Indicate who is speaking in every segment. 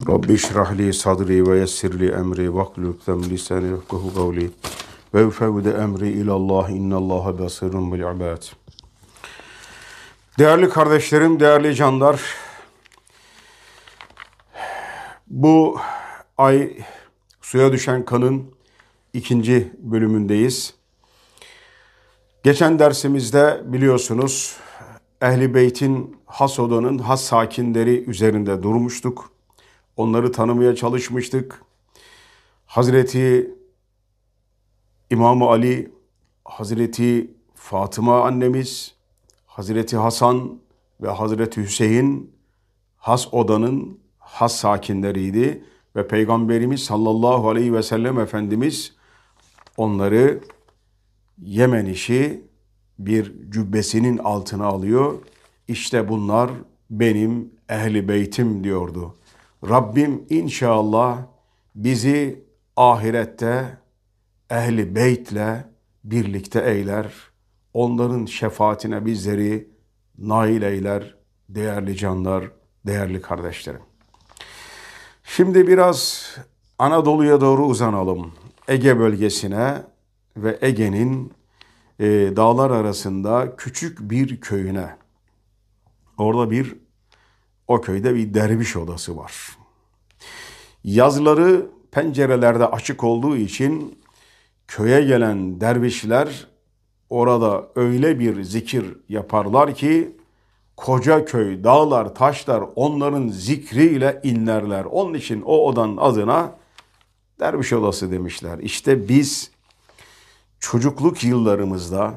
Speaker 1: Rabbi şrah li sadri ve yessir li emri vahlul ukdem lisani yefkahu kavli ve ufevvide emri ilallah innallaha basirun bil ibad. Değerli kardeşlerim, değerli canlar, bu ay Suya Düşen Kan'ın 2. bölümündeyiz. Geçen dersimizde biliyorsunuz Ehl-i Beyt'in has odanın has sakinleri üzerinde durmuştuk. Onları tanımaya çalışmıştık. Hazreti İmam Ali, Hazreti Fatıma annemiz, Hazreti Hasan ve Hazreti Hüseyin has odanın has sakinleriydi. Ve Peygamberimiz sallallahu aleyhi ve sellem Efendimiz onları Yemen işi bir cübbesinin altına alıyor. İşte bunlar benim Ehl-i Beytim diyordu. Rabbim inşallah bizi ahirette Ehl-i Beyt'le birlikte eyler. Onların şefaatine bizleri nail eyler değerli canlar, değerli kardeşlerim. Şimdi biraz Anadolu'ya doğru uzanalım. Ege bölgesine ve Ege'nin dağlar arasında küçük bir köyüne. Orada o köyde bir derviş odası var. Yazları pencerelerde açık olduğu için köye gelen dervişler orada öyle bir zikir yaparlar ki koca köy, dağlar, taşlar onların zikriyle inlerler. Onun için o odanın adına derviş odası demişler. İşte biz çocukluk yıllarımızda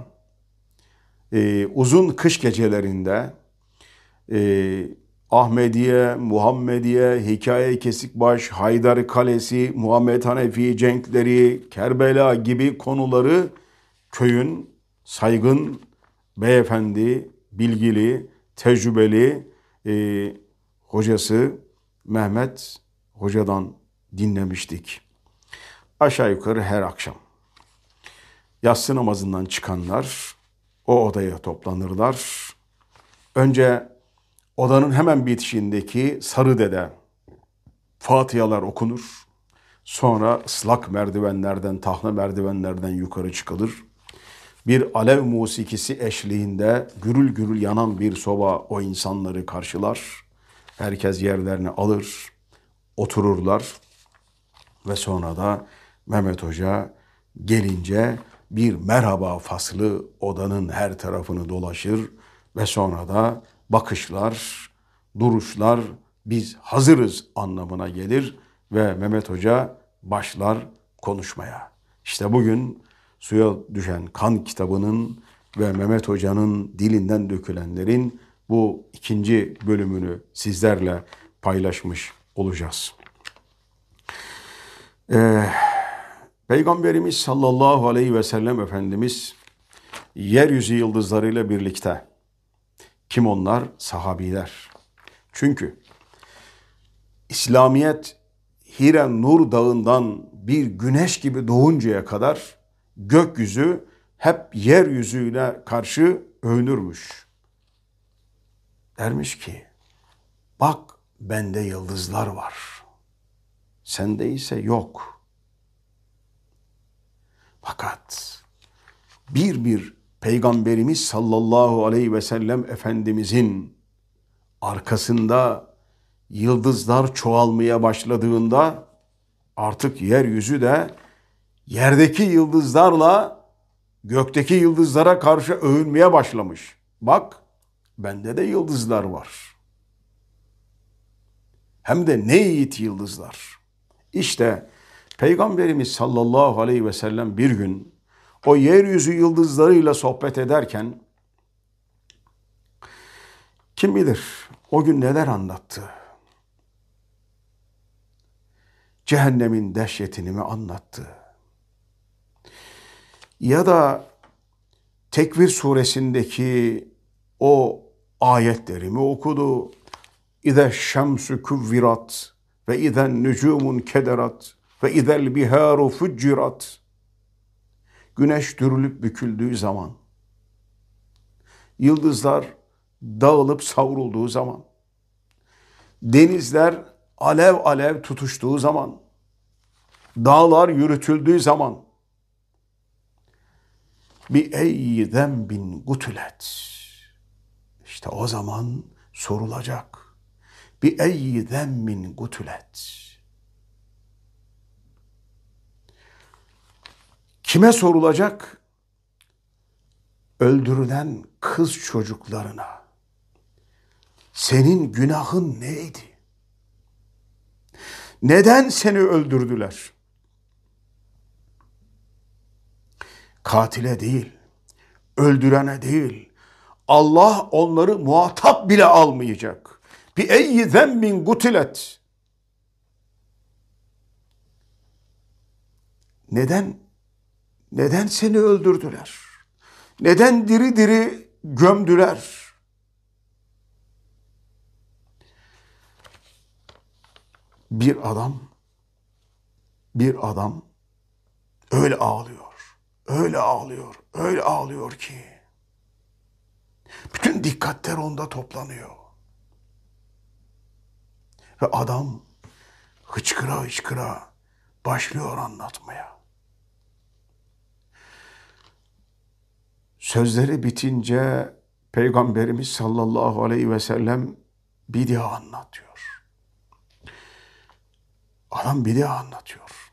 Speaker 1: uzun kış gecelerinde Ahmediye, Muhammediye, Hikaye Kesikbaş, Haydar Kalesi, Muhammed Hanefi cenkleri, Kerbela gibi konuları köyün saygın, beyefendi, bilgili, tecrübeli hocası Mehmet Hoca'dan dinlemiştik. Aşağı yukarı her akşam yatsı namazından çıkanlar o odaya toplanırlar. Önce odanın hemen bitişiğindeki Sarı Dede Fatihalar okunur. Sonra ıslak merdivenlerden, tahta merdivenlerden yukarı çıkılır. Bir alev musikisi eşliğinde gürül gürül yanan bir soba o insanları karşılar. Herkes yerlerini alır, otururlar ve sonra da Mehmet Hoca gelince bir merhaba faslı odanın her tarafını dolaşır ve sonra da bakışlar, duruşlar biz hazırız anlamına gelir ve Mehmet Hoca başlar konuşmaya. İşte bugün Suya Düşen Kan kitabının ve Mehmet Hoca'nın dilinden dökülenlerin bu 2. bölümünü sizlerle paylaşmış olacağız. Peygamberimiz sallallahu aleyhi ve sellem Efendimiz yeryüzü yıldızlarıyla birlikte. Kim onlar? Sahabiler. Çünkü İslamiyet Hire Nur Dağı'ndan bir güneş gibi doğuncaya kadar gökyüzü hep yeryüzüne karşı övünürmüş. Dermiş ki, bak bende yıldızlar var. Sende ise yok. Fakat bir Peygamberimiz sallallahu aleyhi ve sellem Efendimizin arkasında yıldızlar çoğalmaya başladığında artık yeryüzü de yerdeki yıldızlarla gökteki yıldızlara karşı övünmeye başlamış. Bak bende de yıldızlar var. Hem de ne yiğit yıldızlar. İşte Peygamberimiz sallallahu aleyhi ve sellem bir gün o yeryüzü yıldızlarıyla sohbet ederken kim bilir o gün neler anlattı? Cehennemin dehşetini mi anlattı? Ya da Tekvir suresindeki o ayetleri mi okudu? İze şemsü kuvvirat ve izen nücumun kederat ve izel biharu fuccirat. Güneş dürülüp büküldüğü zaman, yıldızlar dağılıp savrulduğu zaman, denizler alev alev tutuştuğu zaman, dağlar yürütüldüğü zaman, bi eyyi zenbin gutület. İşte o zaman sorulacak. Bi eyyi zembin gutület. Kime sorulacak? Öldürülen kız çocuklarına. Senin günahın neydi? Neden seni öldürdüler? Katile değil, öldürene değil. Allah onları muhatap bile almayacak. Bi eyyi zembin gutilet. Neden seni öldürdüler? Neden diri diri gömdüler? Bir adam öyle ağlıyor. Öyle ağlıyor. Öyle ağlıyor ki bütün dikkatler onda toplanıyor. Ve adam hıçkıra hıçkıra başlıyor anlatmaya. Sözleri bitince Peygamberimiz sallallahu aleyhi ve sellem bir daha anlatıyor. Adam bir daha anlatıyor.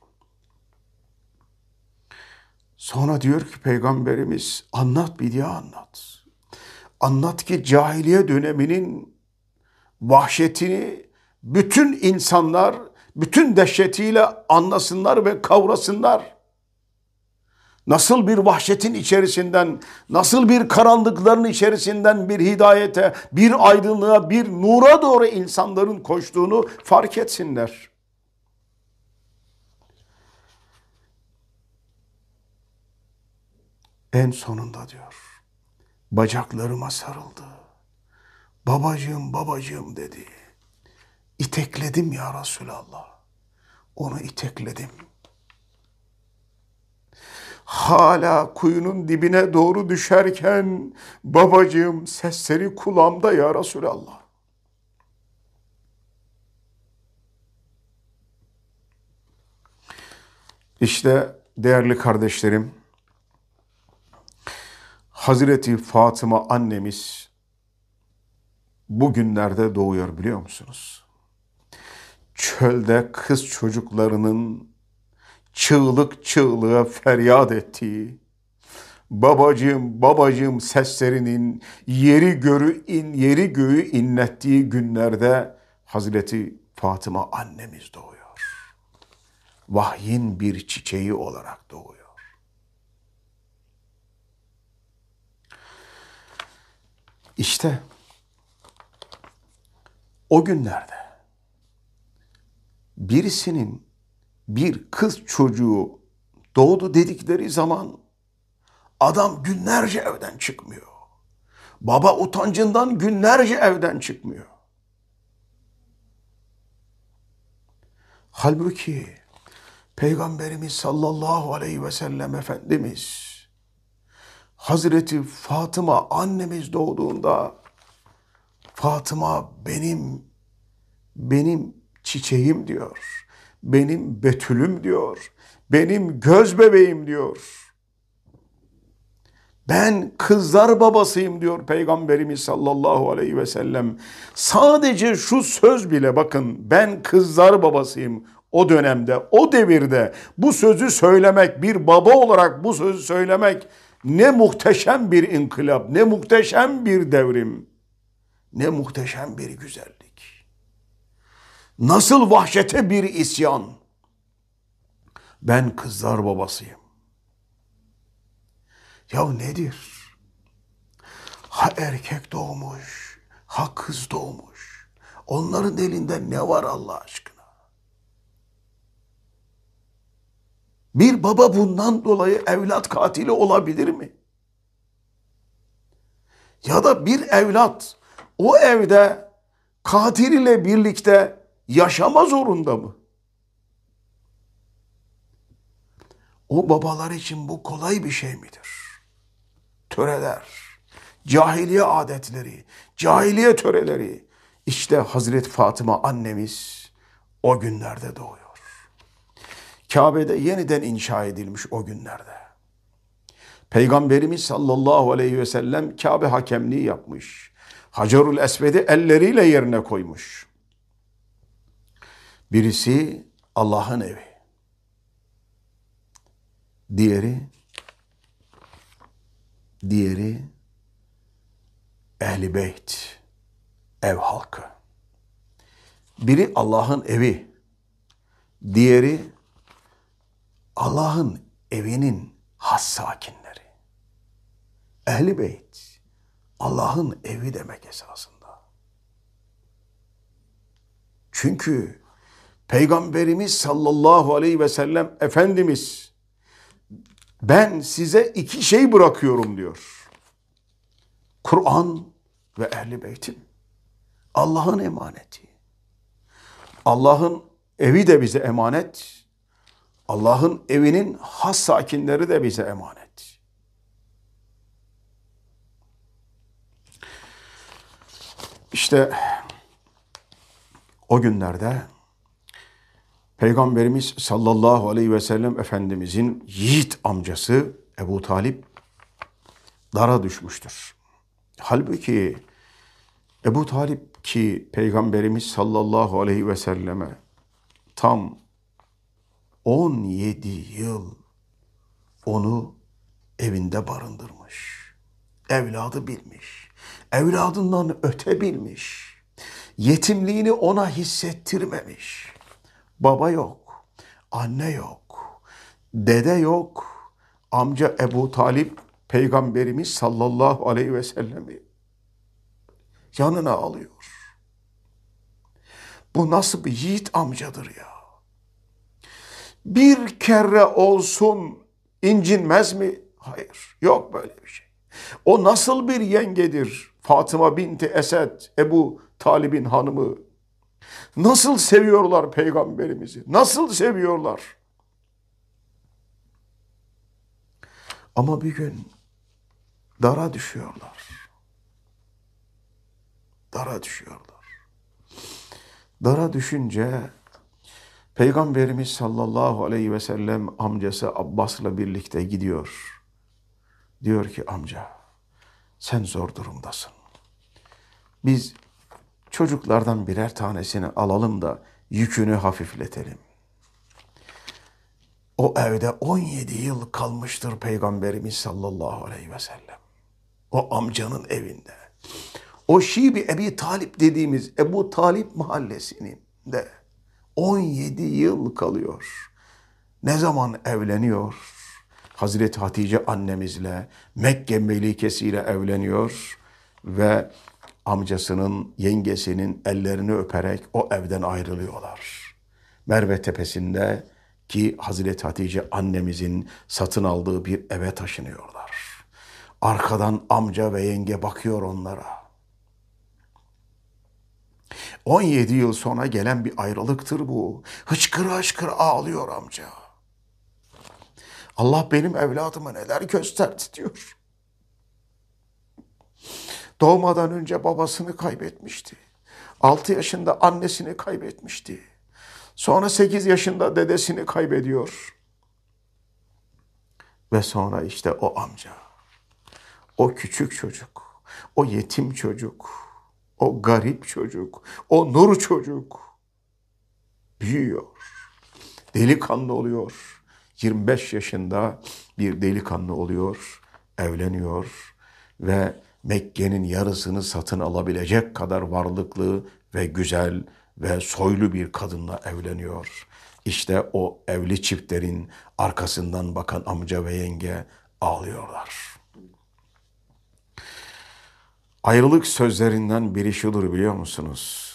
Speaker 1: Sonra diyor ki Peygamberimiz anlat, bir daha anlat. Anlat ki cahiliye döneminin vahşetini bütün insanlar bütün dehşetiyle anlasınlar ve kavrasınlar. Nasıl bir vahşetin içerisinden, nasıl bir karanlıkların içerisinden bir hidayete, bir aydınlığa, bir nura doğru insanların koştuğunu fark etsinler. En sonunda diyor, bacaklarıma sarıldı. Babacığım, babacığım dedi. İtekledim ya Resulallah. Onu itekledim. Hala kuyunun dibine doğru düşerken babacığım sesleri kulağımda ya Resulallah. İşte değerli kardeşlerim, Hazreti Fatıma annemiz bugünlerde doğuyor biliyor musunuz? Çölde kız çocuklarının çığlık çığlığa feryat ettiği, babacığım babacığım seslerinin yeri göğü inlettiği günlerde Hazreti Fatıma annemiz doğuyor. Vahyin bir çiçeği olarak doğuyor. İşte o günlerde birisinin bir kız çocuğu doğdu dedikleri zaman adam günlerce evden çıkmıyor. Baba utancından günlerce evden çıkmıyor. Halbuki Peygamberimiz sallallahu aleyhi ve sellem Efendimiz Hazreti Fatıma annemiz doğduğunda Fatıma benim çiçeğim diyor. Benim betülüm diyor. Benim göz bebeğim diyor. Ben kızlar babasıyım diyor Peygamberimiz sallallahu aleyhi ve sellem. Sadece şu söz bile bakın ben kızlar babasıyım. O dönemde, o devirde bu sözü söylemek, bir baba olarak bu sözü söylemek ne muhteşem bir inkılap, ne muhteşem bir devrim, ne muhteşem bir güzellik. Nasıl vahşete bir isyan. Ben kızlar babasıyım. Ya nedir? Ha erkek doğmuş, ha kız doğmuş. Onların elinde ne var Allah aşkına? Bir baba bundan dolayı evlat katili olabilir mi? Ya da bir evlat o evde katil ile birlikte yaşama zorunda mı? O babalar için bu kolay bir şey midir? Töreler, cahiliye adetleri, cahiliye töreleri. İşte Hazreti Fatıma annemiz o günlerde doğuyor. Kabe'de yeniden inşa edilmiş o günlerde. Peygamberimiz sallallahu aleyhi ve sellem Kabe hakemliği yapmış. Hacerul Esved'i elleriyle yerine koymuş. Birisi Allah'ın evi. Diğeri Ehl-i Beyt, ev halkı. Biri Allah'ın evi, diğeri Allah'ın evinin has sakinleri. Ehl-i Beyt, Allah'ın evi demek esasında. Çünkü Peygamberimiz sallallahu aleyhi ve sellem Efendimiz, ben size iki şey bırakıyorum diyor. Kur'an ve Ehl-i Beyt'im. Allah'ın emaneti. Allah'ın evi de bize emanet. Allah'ın evinin has sakinleri de bize emanet. İşte o günlerde Peygamberimiz sallallahu aleyhi ve sellem Efendimizin yiğit amcası Ebu Talip dara düşmüştür. Halbuki Ebu Talip ki Peygamberimiz sallallahu aleyhi ve selleme tam 17 yıl onu evinde barındırmış. Evladı bilmiş. Evladından öte bilmiş. Yetimliğini ona hissettirmemiş. Baba yok, anne yok, dede yok. Amca Ebu Talip Peygamberimiz sallallahu aleyhi ve sellemi yanına alıyor. Bu nasıl bir yiğit amcadır ya? Bir kere olsun incinmez mi? Hayır, yok böyle bir şey. O nasıl bir yengedir? Fatıma binti Esed, Ebu Talib'in hanımı. Nasıl seviyorlar Peygamberimizi? Nasıl seviyorlar? Ama bir gün dara düşüyorlar. Dara düşüyorlar. Dara düşünce Peygamberimiz sallallahu aleyhi ve sellem amcası Abbas'la birlikte gidiyor. Diyor ki amca sen zor durumdasın. Biz çocuklardan birer tanesini alalım da yükünü hafifletelim. O evde 17 yıl kalmıştır Peygamberimiz sallallahu aleyhi ve sellem. O amcanın evinde. O Şibi Ebi Talip dediğimiz Ebu Talip mahallesinin de 17 yıl kalıyor. Ne zaman evleniyor? Hazreti Hatice annemizle, Mekke melikesiyle evleniyor ve amcasının, yengesinin ellerini öperek o evden ayrılıyorlar. Merve Tepesi'nde ki Hazreti Hatice annemizin satın aldığı bir eve taşınıyorlar. Arkadan amca ve yenge bakıyor onlara. 17 yıl sonra gelen bir ayrılıktır bu. Hıçkıra hıçkıra ağlıyor amca. Allah benim evladıma neler gösterdi diyor. Doğmadan önce babasını kaybetmişti. 6 yaşında annesini kaybetmişti. Sonra 8 yaşında dedesini kaybediyor. Ve sonra işte o amca, o küçük çocuk, o yetim çocuk, o garip çocuk, o nur çocuk büyüyor. Delikanlı oluyor. 25 yaşında bir delikanlı oluyor, evleniyor ve Mekke'nin yarısını satın alabilecek kadar varlıklı ve güzel ve soylu bir kadınla evleniyor. İşte o evli çiftlerin arkasından bakan amca ve yenge ağlıyorlar. Ayrılık sözlerinden biri şudur biliyor musunuz?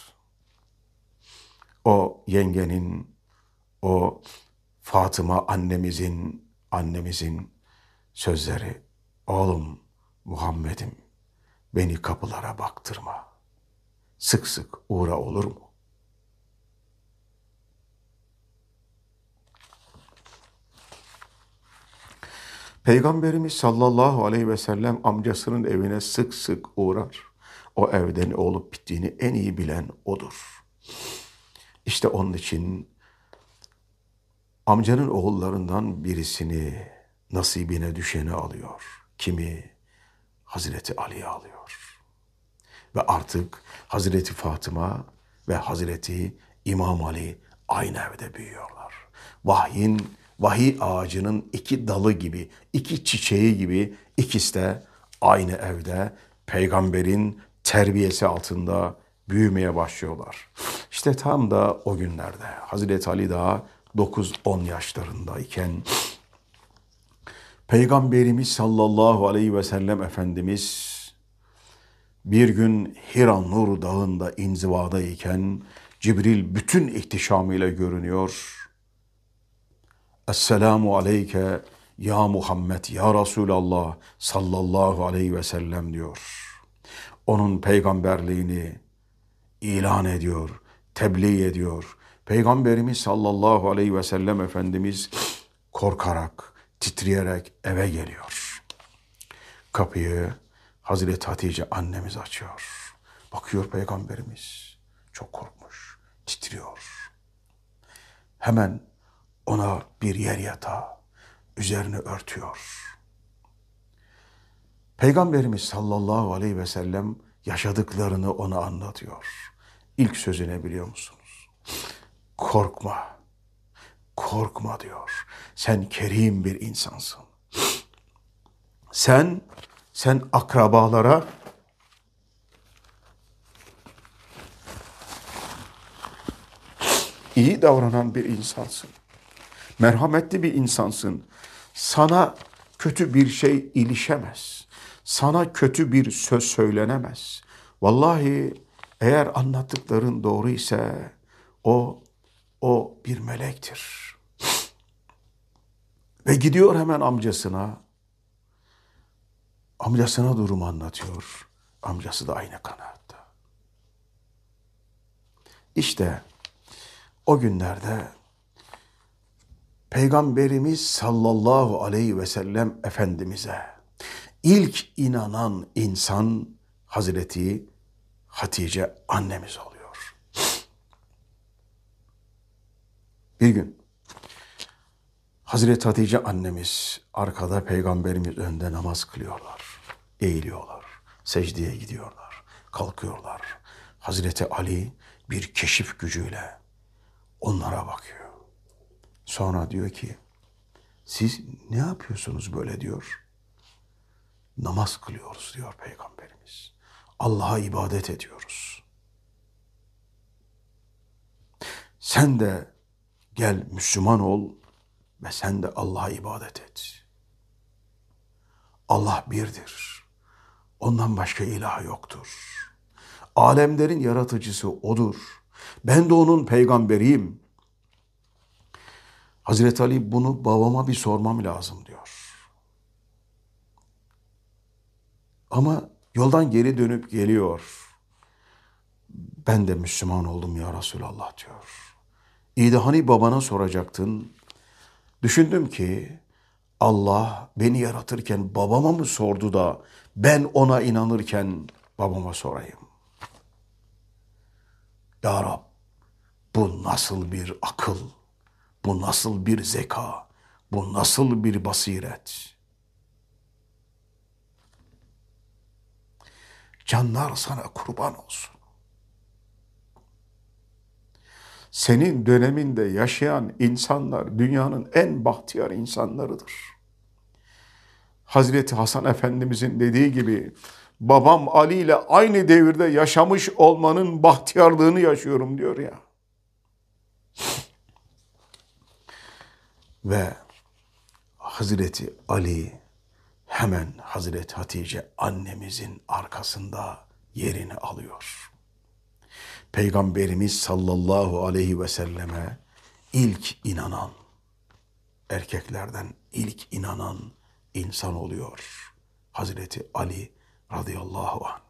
Speaker 1: O yengenin, o Fatıma annemizin sözleri. Oğlum Muhammed'im beni kapılara baktırma. Sık sık uğra olur mu? Peygamberimiz sallallahu aleyhi ve sellem amcasının evine sık sık uğrar. O evde ne olup bittiğini en iyi bilen odur. İşte onun için amcanın oğullarından birisini nasibine düşeni alıyor. Kimi? Hazreti Ali'yi alıyor. Ve artık Hazreti Fatıma ve Hazreti İmam Ali aynı evde büyüyorlar. Vahiy ağacının iki dalı gibi, iki çiçeği gibi ikisi de aynı evde peygamberin terbiyesi altında büyümeye başlıyorlar. İşte tam da o günlerde Hazreti Ali daha 9-10 yaşlarındayken Peygamberimiz sallallahu aleyhi ve sellem Efendimiz bir gün Hira Nur Dağı'nda inzivadayken Cibril bütün ihtişamıyla görünüyor. Esselamu aleyke ya Muhammed ya Resulallah sallallahu aleyhi ve sellem diyor. Onun peygamberliğini ilan ediyor, tebliğ ediyor. Peygamberimiz sallallahu aleyhi ve sellem Efendimiz korkarak, titreyerek eve geliyor. Kapıyı Hazreti Hatice annemiz açıyor. Bakıyor Peygamberimiz çok korkmuş, titriyor. Hemen ona bir yer yatağı, üzerini örtüyor. Peygamberimiz sallallahu aleyhi ve sellem yaşadıklarını ona anlatıyor. İlk sözü ne biliyor musunuz? Korkma, korkma diyor. Sen kerim bir insansın. Sen akrabalara iyi davranan bir insansın. Merhametli bir insansın. Sana kötü bir şey ilişemez. Sana kötü bir söz söylenemez. Vallahi eğer anlattıkların doğru ise o bir melektir. Ve gidiyor hemen amcasına. Amcasına durumu anlatıyor. Amcası da aynı kanaatta. İşte o günlerde Peygamberimiz sallallahu aleyhi ve sellem Efendimiz'e ilk inanan insan Hazreti Hatice annemiz oluyor. Bir gün Hazreti Hatice annemiz arkada, Peygamberimiz önde namaz kılıyorlar. Eğiliyorlar, secdeye gidiyorlar, kalkıyorlar. Hazreti Ali bir keşif gücüyle onlara bakıyor. Sonra diyor ki, siz ne yapıyorsunuz böyle diyor. Namaz kılıyoruz diyor Peygamberimiz. Allah'a ibadet ediyoruz. Sen de gel Müslüman ol ve sen de Allah'a ibadet et. Allah birdir. Ondan başka ilah yoktur. Alemlerin yaratıcısı O'dur. Ben de O'nun peygamberiyim. Hazreti Ali bunu babama bir sormam lazım diyor. Ama yoldan geri dönüp geliyor. Ben de Müslüman oldum ya Resulallah diyor. İyi de hani babana soracaktın? Düşündüm ki Allah beni yaratırken babama mı sordu da ben ona inanırken babama sorayım. Ya Rab, bu nasıl bir akıl, bu nasıl bir zeka, bu nasıl bir basiret? Canlar sana kurban olsun. Senin döneminde yaşayan insanlar dünyanın en bahtiyar insanlarıdır. Hazreti Hasan Efendimizin dediği gibi babam Ali ile aynı devirde yaşamış olmanın bahtiyarlığını yaşıyorum diyor ya. Ve Hazreti Ali hemen Hazreti Hatice annemizin arkasında yerini alıyor. Peygamberimiz sallallahu aleyhi ve selleme ilk inanan, erkeklerden ilk inanan insan oluyor. Hazreti Ali radıyallahu anh.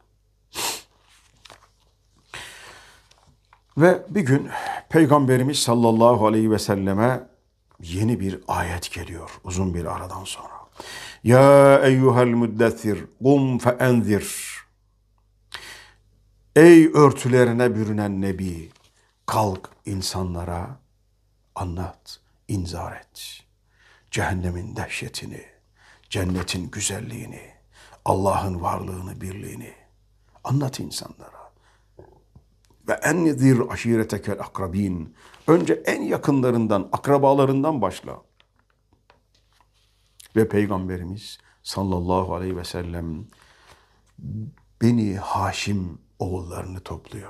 Speaker 1: Ve bir gün Peygamberimiz sallallahu aleyhi ve selleme yeni bir ayet geliyor uzun bir aradan sonra. Ya eyyuhel müddessir kum fe enzir. Ey örtülerine bürünen Nebi, Kalk insanlara anlat, inzar et. Cehennemin dehşetini, cennetin güzelliğini, Allah'ın varlığını, birliğini anlat insanlara. Ve enzir aşiretekel akrabin. Önce en yakınlarından, akrabalarından başla. Ve Peygamberimiz sallallahu aleyhi ve sellem Beni Haşim oğullarını topluyor.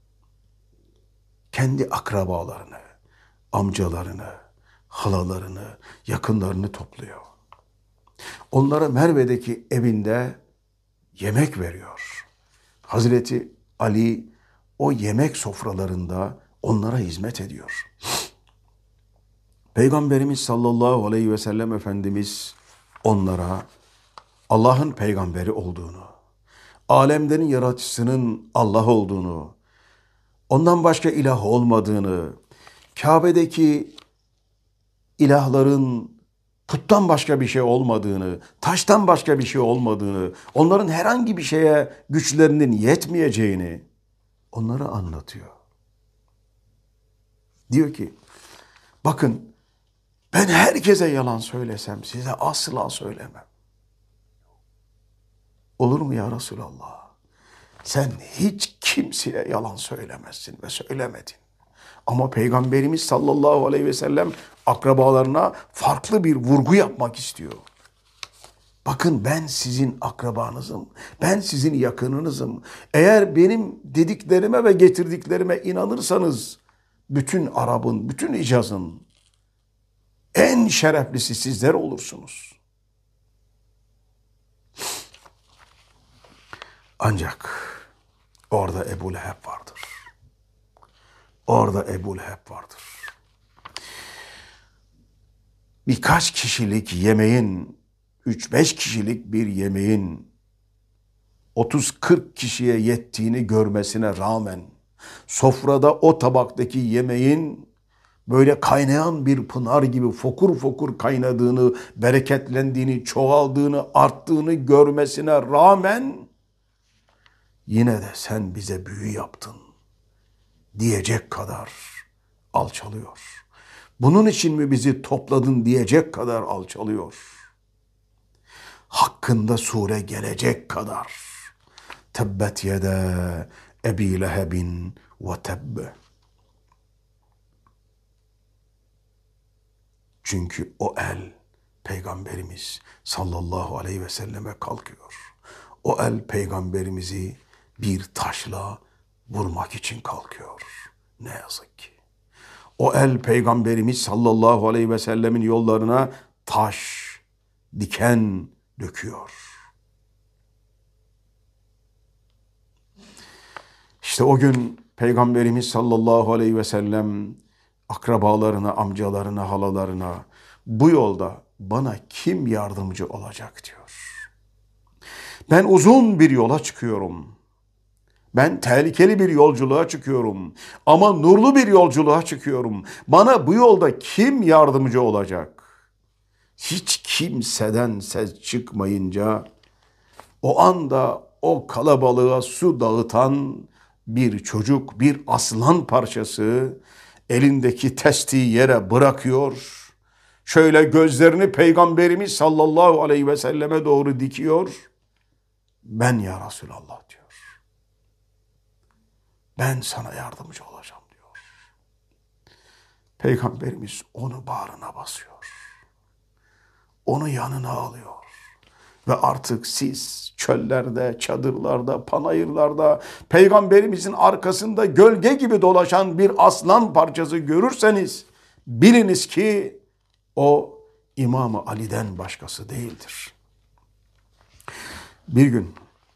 Speaker 1: Kendi akrabalarını, amcalarını, halalarını, yakınlarını topluyor. Onlara Merve'deki evinde yemek veriyor. Hazreti Ali o yemek sofralarında onlara hizmet ediyor. Peygamberimiz sallallahu aleyhi ve sellem Efendimiz onlara Allah'ın peygamberi olduğunu, alemlerin yaratıcısının Allah olduğunu, ondan başka ilah olmadığını, Kabe'deki ilahların puttan başka bir şey olmadığını, taştan başka bir şey olmadığını, onların herhangi bir şeye güçlerinin yetmeyeceğini onlara anlatıyor. Diyor ki, bakın ben herkese yalan söylesem size asla söylemem. Olur mu ya Resulallah? Sen hiç kimseye yalan söylemezsin ve söylemedin. Ama Peygamberimiz sallallahu aleyhi ve sellem akrabalarına farklı bir vurgu yapmak istiyor. Bakın ben sizin akrabanızım. Ben sizin yakınınızım. Eğer benim dediklerime ve getirdiklerime inanırsanız bütün Arap'ın, bütün Hicaz'ın en şereflisi sizler olursunuz. Ancak orada Ebu Leheb vardır. Orada Ebu Leheb vardır. Birkaç kişilik yemeğin, 3-5 kişilik bir yemeğin 30-40 kişiye yettiğini görmesine rağmen sofrada o tabaktaki yemeğin böyle kaynayan bir pınar gibi fokur fokur kaynadığını, bereketlendiğini, çoğaldığını, arttığını görmesine rağmen yine de sen bize büyü yaptın diyecek kadar alçalıyor. Bunun için mi bizi topladın diyecek kadar alçalıyor. Hakkında sure gelecek kadar. Tebbet yede Ebi Lehebin ve tebbe. Çünkü o el Peygamberimiz sallallahu aleyhi ve selleme kalkıyor. O el Peygamberimizi bir taşla vurmak için kalkıyor. Ne yazık ki. O el Peygamberimiz sallallahu aleyhi ve sellemin yollarına taş, diken döküyor. İşte o gün Peygamberimiz sallallahu aleyhi ve sellem akrabalarına, amcalarına, halalarına bu yolda bana kim yardımcı olacak diyor. Ben uzun bir yola çıkıyorum. Ben tehlikeli bir yolculuğa çıkıyorum. Ama nurlu bir yolculuğa çıkıyorum. Bana bu yolda kim yardımcı olacak? Hiç kimseden ses çıkmayınca o anda o kalabalığa su dağıtan bir çocuk, bir aslan parçası elindeki testiyi yere bırakıyor. Şöyle gözlerini Peygamberimiz sallallahu aleyhi ve selleme doğru dikiyor. Ben ya Resulallah diyor. Ben sana yardımcı olacağım diyor. Peygamberimiz onu bağrına basıyor. Onu yanına alıyor. Ve artık siz çöllerde, çadırlarda, panayırlarda Peygamberimizin arkasında gölge gibi dolaşan bir aslan parçası görürseniz biliniz ki o İmam-ı Ali'den başkası değildir. Bir gün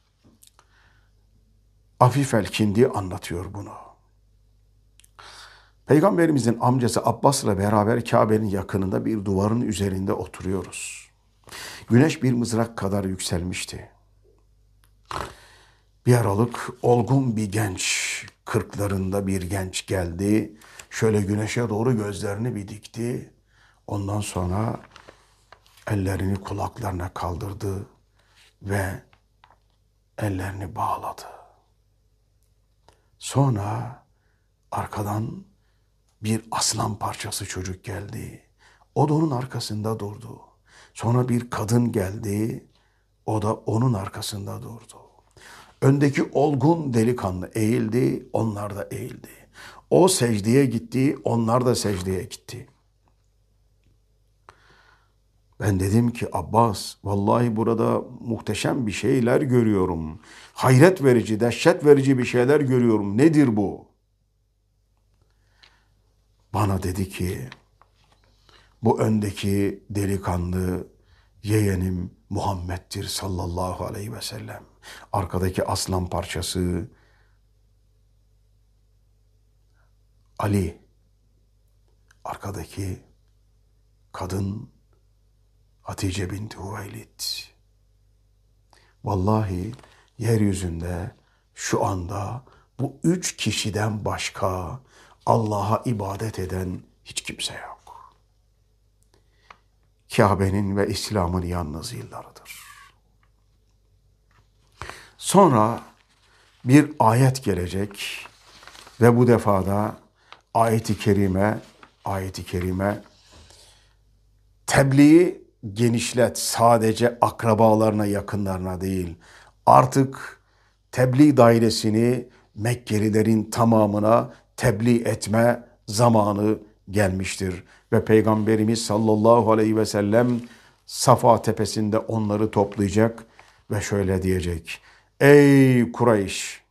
Speaker 1: Afif el-Kindi anlatıyor bunu. Peygamberimizin amcası Abbas'la beraber Kabe'nin yakınında bir duvarın üzerinde oturuyoruz. Güneş bir mızrak kadar yükselmişti. Bir aralık olgun bir genç, 40'larında bir genç geldi. Şöyle güneşe doğru gözlerini bir dikti. Ondan sonra ellerini kulaklarına kaldırdı ve ellerini bağladı. Sonra Arkadan bir aslan parçası çocuk geldi. O da onun arkasında durdu. Sonra bir kadın geldi. O da onun arkasında durdu. Öndeki olgun delikanlı eğildi, onlar da eğildi. O secdeye gitti, onlar da secdeye gitti. Ben dedim ki Abbas, vallahi burada muhteşem bir şeyler görüyorum. Hayret verici, dehşet verici bir şeyler görüyorum. Nedir bu? Bana dedi ki, bu öndeki delikanlı yeğenim Muhammed'dir sallallahu aleyhi ve sellem. Arkadaki aslan parçası Ali. Arkadaki kadın Hatice binti Hüveylid. Vallahi yeryüzünde şu anda bu 3 kişiden başka Allah'a ibadet eden hiç kimse yok. Kabe'nin ve İslam'ın yalnız yıllarıdır. Sonra bir ayet gelecek ve bu defada ayet-i kerime tebliği genişlet, sadece akrabalarına, yakınlarına değil. Artık tebliğ dairesini Mekkelilerin tamamına tebliğ etme zamanı gelmiştir. Ve Peygamberimiz sallallahu aleyhi ve sellem Safa tepesinde onları toplayacak ve şöyle diyecek: Ey Kureyş!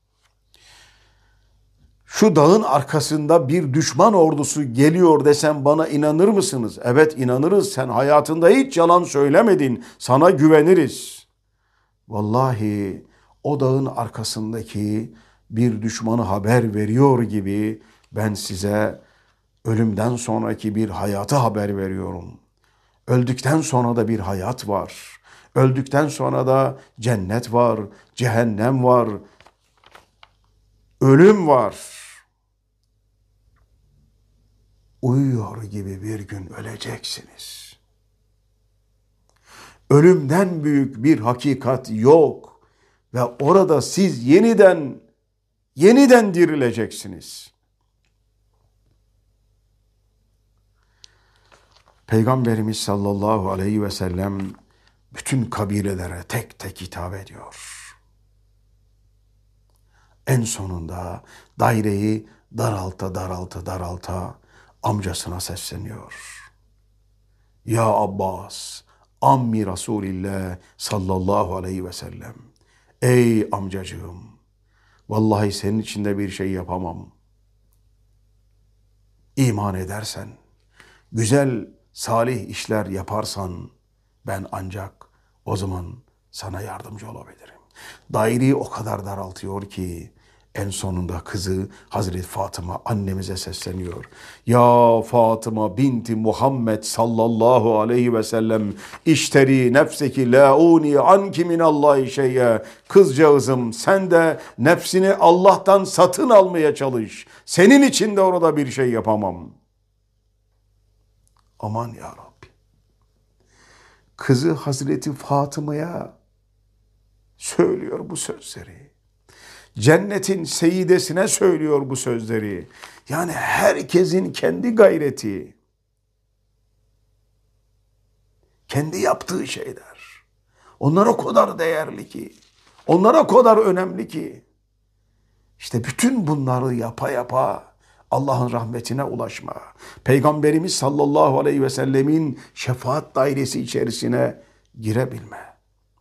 Speaker 1: Şu dağın arkasında bir düşman ordusu geliyor desem bana inanır mısınız? Evet, inanırız. Sen hayatında hiç yalan söylemedin. Sana güveniriz. Vallahi o dağın arkasındaki bir düşmanı haber veriyor gibi ben size ölümden sonraki bir hayatı haber veriyorum. Öldükten sonra da bir hayat var. Öldükten sonra da cennet var, cehennem var, ölüm var. Uyuyor gibi bir gün öleceksiniz. Ölümden büyük bir hakikat yok ve orada siz yeniden dirileceksiniz. Peygamberimiz sallallahu aleyhi ve sellem bütün kabilelere tek tek hitap ediyor. En sonunda daireyi daralta amcasına sesleniyor. Ya Abbas, ammi Resulillah sallallahu aleyhi ve sellem. Ey amcacığım, vallahi senin için de bir şey yapamam. İman edersen, güzel, salih işler yaparsan ben ancak o zaman sana yardımcı olabilirim. Daireyi o kadar daraltıyor ki en sonunda kızı Hazreti Fatıma annemize sesleniyor. Ya Fatıma binti Muhammed sallallahu aleyhi ve sellem, işteri nefseki la uni anki minallahi şey'e. Kızcağızım, sen de nefsini Allah'tan satın almaya çalış. Senin için de orada bir şey yapamam. Aman ya Rabbi. Kızı Hazreti Fatıma'ya söylüyor bu sözleri. Cennetin seyidesine söylüyor bu sözleri. Yani herkesin kendi gayreti, kendi yaptığı şeyler. Onlar o kadar değerli ki, onlar o kadar önemli ki. İşte bütün bunları yapa Allah'ın rahmetine ulaşma, Peygamberimiz sallallahu aleyhi ve sellemin şefaat dairesi içerisine girebilme.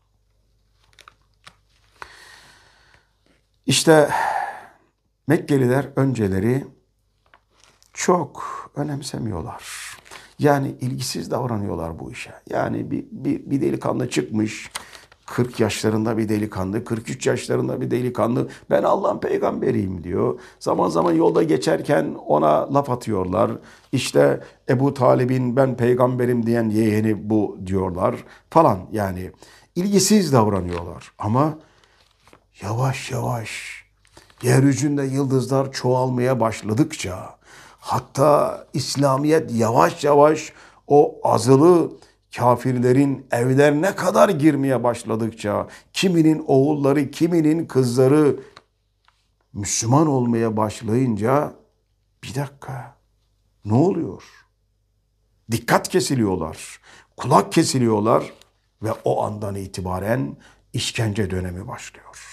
Speaker 1: İşte Mekkeliler önceleri çok önemsemiyorlar. Yani ilgisiz davranıyorlar bu işe. Yani bir delikanlı çıkmış, 40 yaşlarında bir delikanlı, 43 yaşlarında bir delikanlı, ben Allah'ın peygamberiyim diyor. Zaman zaman yolda geçerken ona laf atıyorlar. İşte Ebu Talib'in ben peygamberim diyen yeğeni bu diyorlar falan. Yani ilgisiz davranıyorlar. Ama yavaş yavaş yeryüzünde yıldızlar çoğalmaya başladıkça, hatta İslamiyet yavaş yavaş o azılı kafirlerin evlerine kadar girmeye başladıkça, kiminin oğulları, kiminin kızları Müslüman olmaya başlayınca bir dakika ne oluyor? Dikkat kesiliyorlar, kulak kesiliyorlar ve o andan itibaren işkence dönemi başlıyor.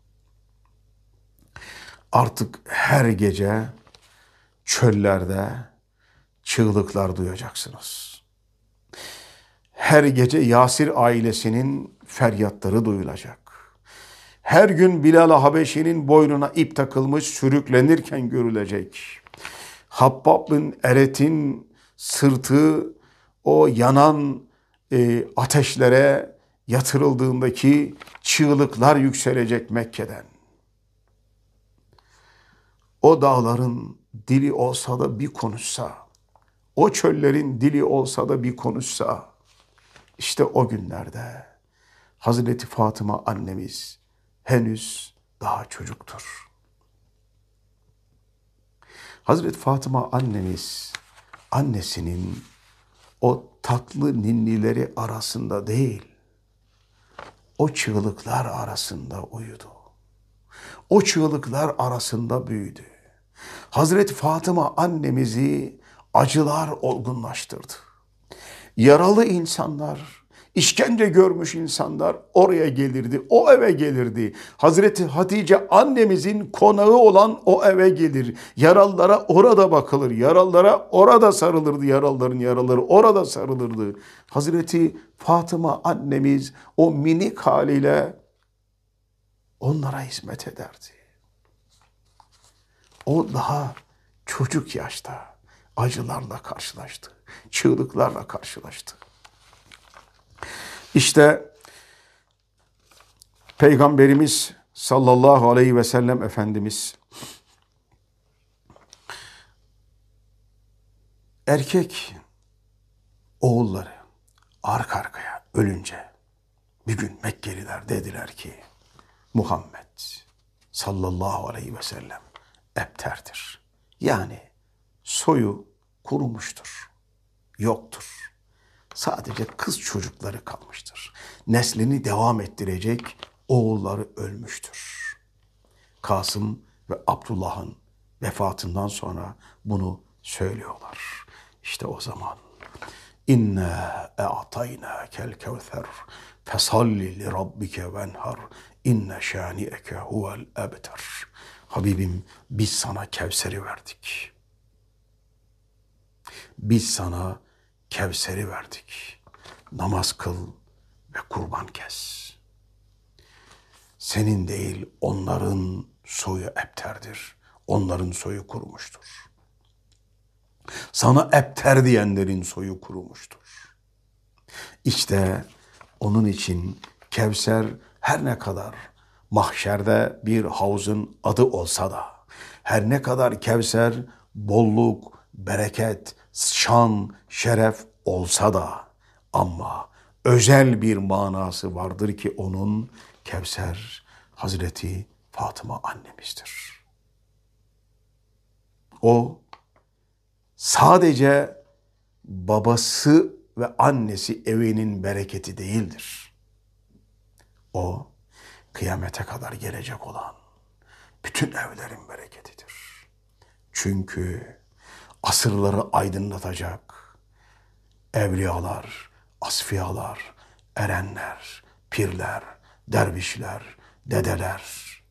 Speaker 1: Artık her gece çöllerde çığlıklar duyacaksınız. Her gece Yasir ailesinin feryatları duyulacak. Her gün Bilal-i Habeşi'nin boynuna ip takılmış sürüklenirken görülecek. Habbab bin Eret'in sırtı o yanan ateşlere yatırıldığındaki çığlıklar yükselecek Mekke'den. O dağların dili olsa da bir konuşsa, o çöllerin dili olsa da bir konuşsa, işte o günlerde Hazreti Fatıma annemiz henüz daha çocuktur. Hazreti Fatıma annemiz annesinin o tatlı ninnileri arasında değil, o çığlıklar arasında uyudu. O çığlıklar arasında büyüdü. Hazreti Fatıma annemizi acılar olgunlaştırdı. Yaralı insanlar, işkence görmüş insanlar oraya gelirdi, o eve gelirdi. Hazreti Hatice annemizin konağı olan o eve gelir. Yaralılara orada bakılır, yaralılara orada sarılırdı, yaralıların yaraları orada sarılırdı. Hazreti Fatıma annemiz o minik haliyle onlara hizmet ederdi. O daha çocuk yaşta acılarla karşılaştı, çığlıklarla karşılaştı. İşte Peygamberimiz sallallahu aleyhi ve sellem Efendimiz erkek oğulları arka arkaya ölünce bir gün Mekkeliler dediler ki Muhammed sallallahu aleyhi ve sellem ebterdir. Yani soyu kurumuştur, yoktur. Sadece kız çocukları kalmıştır. Neslini devam ettirecek oğulları ölmüştür. Kasım ve Abdullah'ın vefatından sonra bunu söylüyorlar. İşte o zaman İnna a'taynakel kevser fesalli li rabbike venhar inne şani'eke huvel ebter. Habibim biz sana Kevser'i verdik. Biz sana Kevser'i verdik. Namaz kıl ve kurban kes. Senin değil onların soyu ebterdir. Onların soyu kurumuştur. Sana ebter diyenlerin soyu kurumuştur. İşte onun için Kevser her ne kadar mahşerde bir havuzun adı olsa da, her ne kadar Kevser bolluk, bereket, şan, şeref olsa da ama özel bir manası vardır ki onun Kevser Hazreti Fatıma annemizdir. O sadece babası ve annesi evinin bereketi değildir. O kıyamete kadar gelecek olan bütün evlerin bereketidir. Çünkü asırları aydınlatacak evliyalar, asfiyalar, erenler, pirler, dervişler, dedeler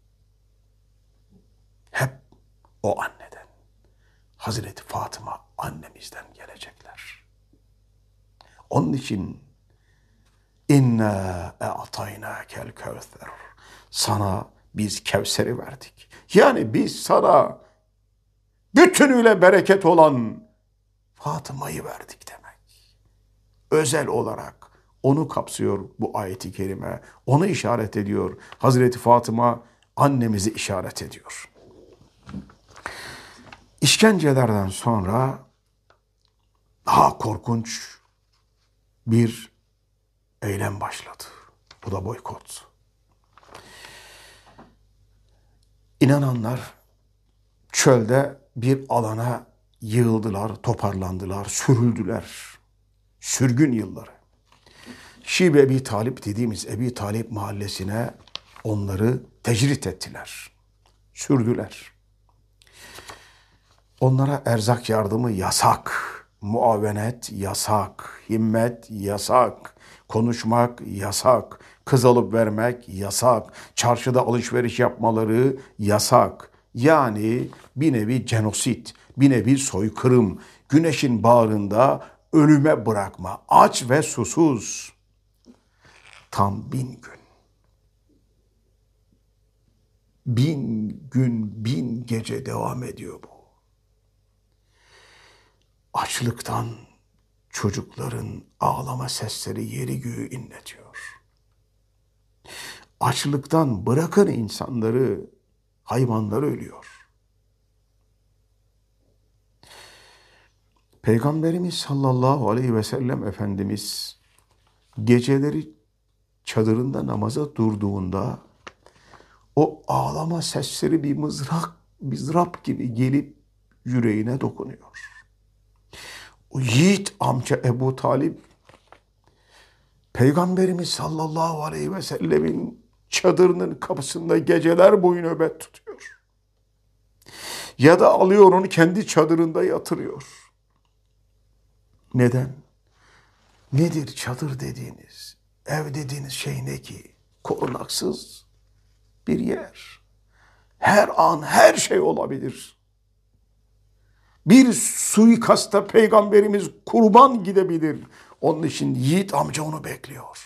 Speaker 1: hep o anneden, Hazreti Fatıma annemizden gelecekler. Onun için İnna a'taynakel kevser. Sana biz Kevser'i verdik. Yani biz sana bütünüyle bereket olan Fatıma'yı verdik demek. Özel olarak onu kapsıyor bu ayet-i kerime. Onu işaret ediyor. Hazreti Fatıma annemizi işaret ediyor. İşkencelerden sonra daha korkunç bir eylem başladı. Bu da boykot. İnananlar çölde bir alana yığıldılar, toparlandılar, sürüldüler. Sürgün yılları. Şibe Ebi Talip dediğimiz Ebi Talip mahallesine onları tecrit ettiler. sürdüler. Onlara erzak yardımı yasak, muavenet yasak, himmet yasak, konuşmak yasak, kız alıp vermek yasak, çarşıda alışveriş yapmaları yasak. Yani bir nevi genosit, bir nevi soykırım, güneşin bağrında ölüme bırakma, aç ve susuz. Tam 1000 gün. 1000 gün, 1000 gece devam ediyor bu. Açlıktan çocukların ağlama sesleri yeri göğü inletiyor. Açlıktan bırakın insanları, hayvanlar ölüyor. Peygamberimiz sallallahu aleyhi ve sellem Efendimiz geceleri çadırında namaza durduğunda o ağlama sesleri bir mızrap gibi gelip yüreğine dokunuyor. O yiğit amca Ebu Talip, Peygamberimiz sallallahu aleyhi ve sellemin çadırının kapısında geceler boyu nöbet tutuyor. Ya da alıyor onu kendi çadırında yatırıyor. Neden? Nedir çadır dediğiniz, ev dediğiniz şey ne ki? Korunaksız bir yer. Her an her şey olabilir. Bir suikasta Peygamberimiz kurban gidebilir. Onun için yiğit amca onu bekliyor.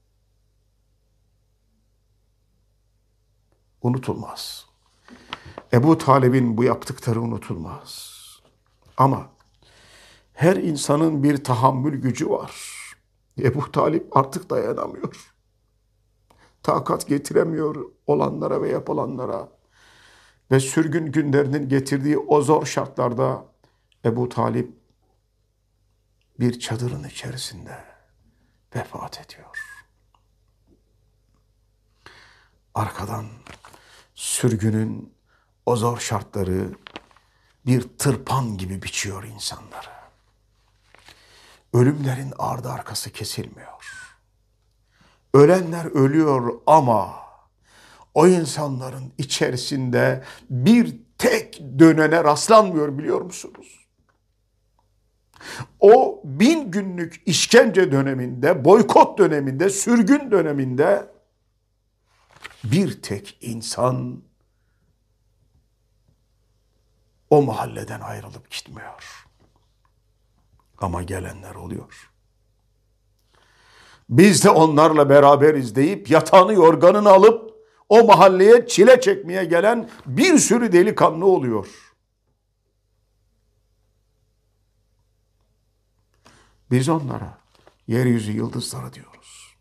Speaker 1: Unutulmaz. Ebu Talib'in bu yaptıkları unutulmaz. Ama her insanın bir tahammül gücü var. Ebu Talip artık dayanamıyor. Takat getiremiyor olanlara ve yapılanlara. Ve sürgün günlerinin getirdiği o zor şartlarda Ebu Talip bir çadırın içerisinde vefat ediyor. Arkadan sürgünün o zor şartları bir tırpan gibi biçiyor insanları. Ölümlerin ardı arkası kesilmiyor. Ölenler ölüyor ama o insanların içerisinde bir tek dönene rastlanmıyor, biliyor musunuz? O 1000 günlük işkence döneminde, boykot döneminde, sürgün döneminde bir tek insan o mahalleden ayrılıp gitmiyor. Ama gelenler oluyor. Biz de onlarla beraberiz deyip yatağını yorganını alıp o mahalleye çile çekmeye gelen bir sürü delikanlı oluyor. Biz onlara yeryüzü yıldızları diyoruz.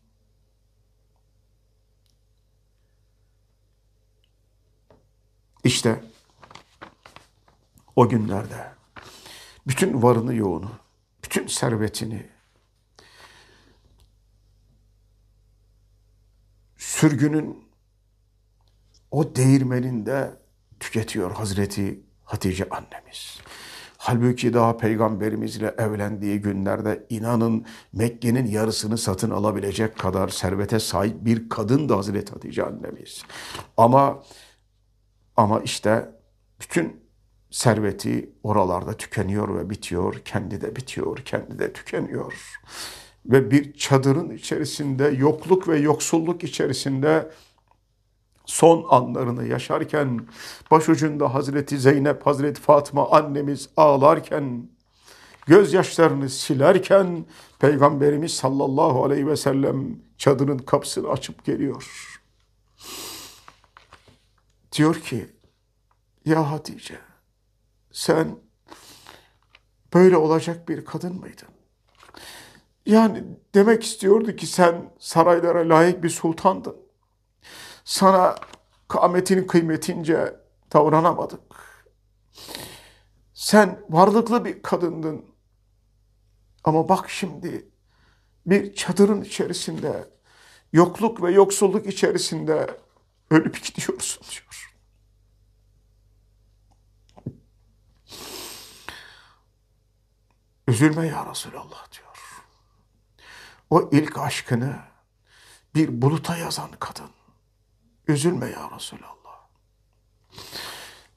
Speaker 1: İşte o günlerde bütün varını yoğunu, bütün servetini sürgünün o değirmeninde tüketiyor Hazreti Hatice annemiz. Halbuki daha peygamberimizle evlendiği günlerde inanın Mekke'nin yarısını satın alabilecek kadar servete sahip bir kadın da Hazreti Hatice annemiz. Ama işte bütün serveti oralarda tükeniyor ve bitiyor. Kendi de bitiyor, kendi de tükeniyor. Ve bir çadırın içerisinde, yokluk ve yoksulluk içerisinde son anlarını yaşarken, başucunda Hazreti Zeynep, Hazreti Fatıma annemiz ağlarken, gözyaşlarını silerken, Peygamberimiz sallallahu aleyhi ve sellem çadırın kapısını açıp geliyor. Diyor ki, ya Hatice, sen böyle olacak bir kadın mıydın? Yani demek istiyordu ki sen saraylara layık bir sultandın. Sana kâmetinin kıymetince davranamadık. Sen varlıklı bir kadındın. Ama bak şimdi bir çadırın içerisinde, yokluk ve yoksulluk içerisinde ölüp gidiyorsun diyor. Üzülme ya Resulallah diyor. O ilk aşkını bir buluta yazan kadın. Üzülme ya Resulallah.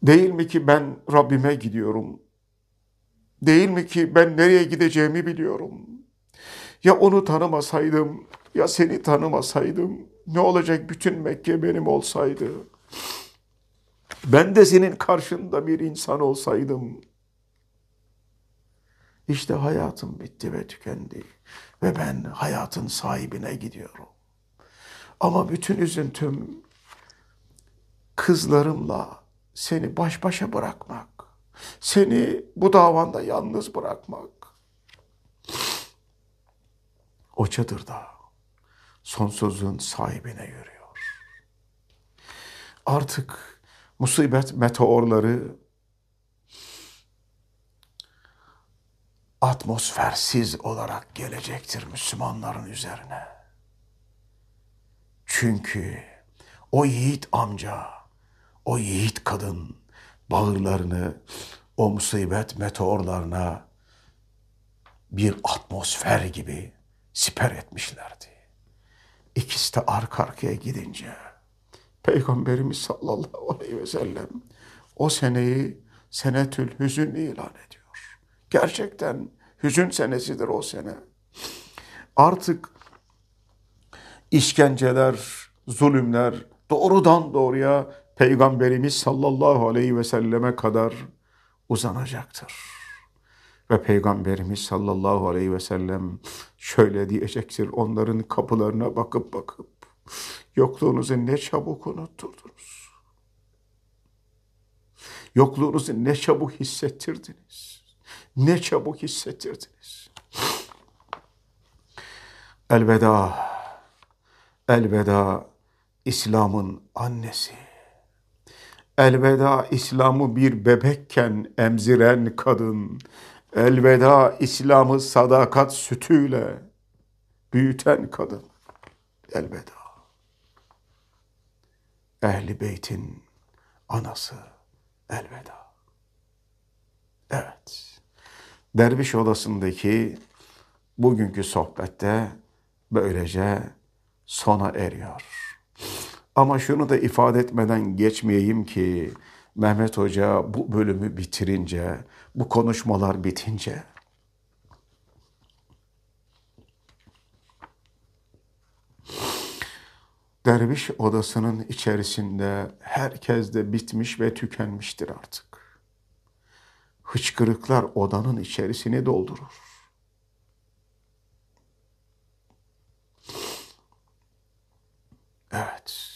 Speaker 1: Değil mi ki ben Rabbime gidiyorum? Değil mi ki ben nereye gideceğimi biliyorum? Ya onu tanımasaydım, ya seni tanımasaydım, ne olacak bütün Mekke benim olsaydı? Ben de senin karşında bir insan olsaydım. İşte hayatım bitti ve tükendi. Ve ben hayatın sahibine gidiyorum. Ama bütün üzüntüm kızlarımla seni baş başa bırakmak. Seni bu davanda yalnız bırakmak. O çadırda sonsuzluğun sahibine yürüyor. Artık musibet meteorları atmosfersiz olarak gelecektir Müslümanların üzerine. Çünkü o yiğit amca, o yiğit kadın bağırlarını o musibet meteorlarına bir atmosfer gibi siper etmişlerdi. İkisi de arka arkaya gidince Peygamberimiz sallallahu aleyhi ve sellem o seneyi senetül hüzün ilan ediyor. Gerçekten hüzün senesidir o sene. Artık işkenceler, zulümler doğrudan doğruya Peygamberimiz sallallahu aleyhi ve selleme kadar uzanacaktır. Ve Peygamberimiz sallallahu aleyhi ve sellem şöyle diyecektir onların kapılarına bakıp bakıp yokluğunuzu ne çabuk unutturdunuz. Yokluğunuzu ne çabuk hissettirdiniz. Ne çabuk hissettirdiniz. Elveda, elveda İslam'ın annesi. Elveda İslam'ı bir bebekken emziren kadın. Elveda İslam'ı sadakat sütüyle büyüten kadın. Elveda. Ehl-i Beyt'in anası. Elveda. Evet. Derviş odasındaki bugünkü sohbette böylece sona eriyor. Ama şunu da ifade etmeden geçmeyeyim ki Mehmet Hoca bu bölümü bitirince, bu konuşmalar bitince derviş odasının içerisinde herkes de bitmiş ve tükenmiştir artık. Hıçkırıklar odanın içerisini doldurur. Evet.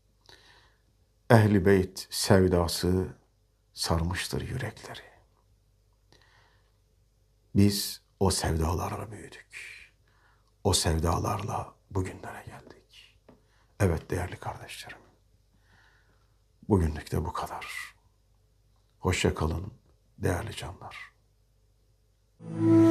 Speaker 1: Ehl-i Beyt sevdası sarmıştır yürekleri. Biz o sevdalarla büyüdük. O sevdalarla bugünlere geldik. Evet değerli kardeşlerim. Bugünlük de bu kadar. Hoşça kalın değerli canlar.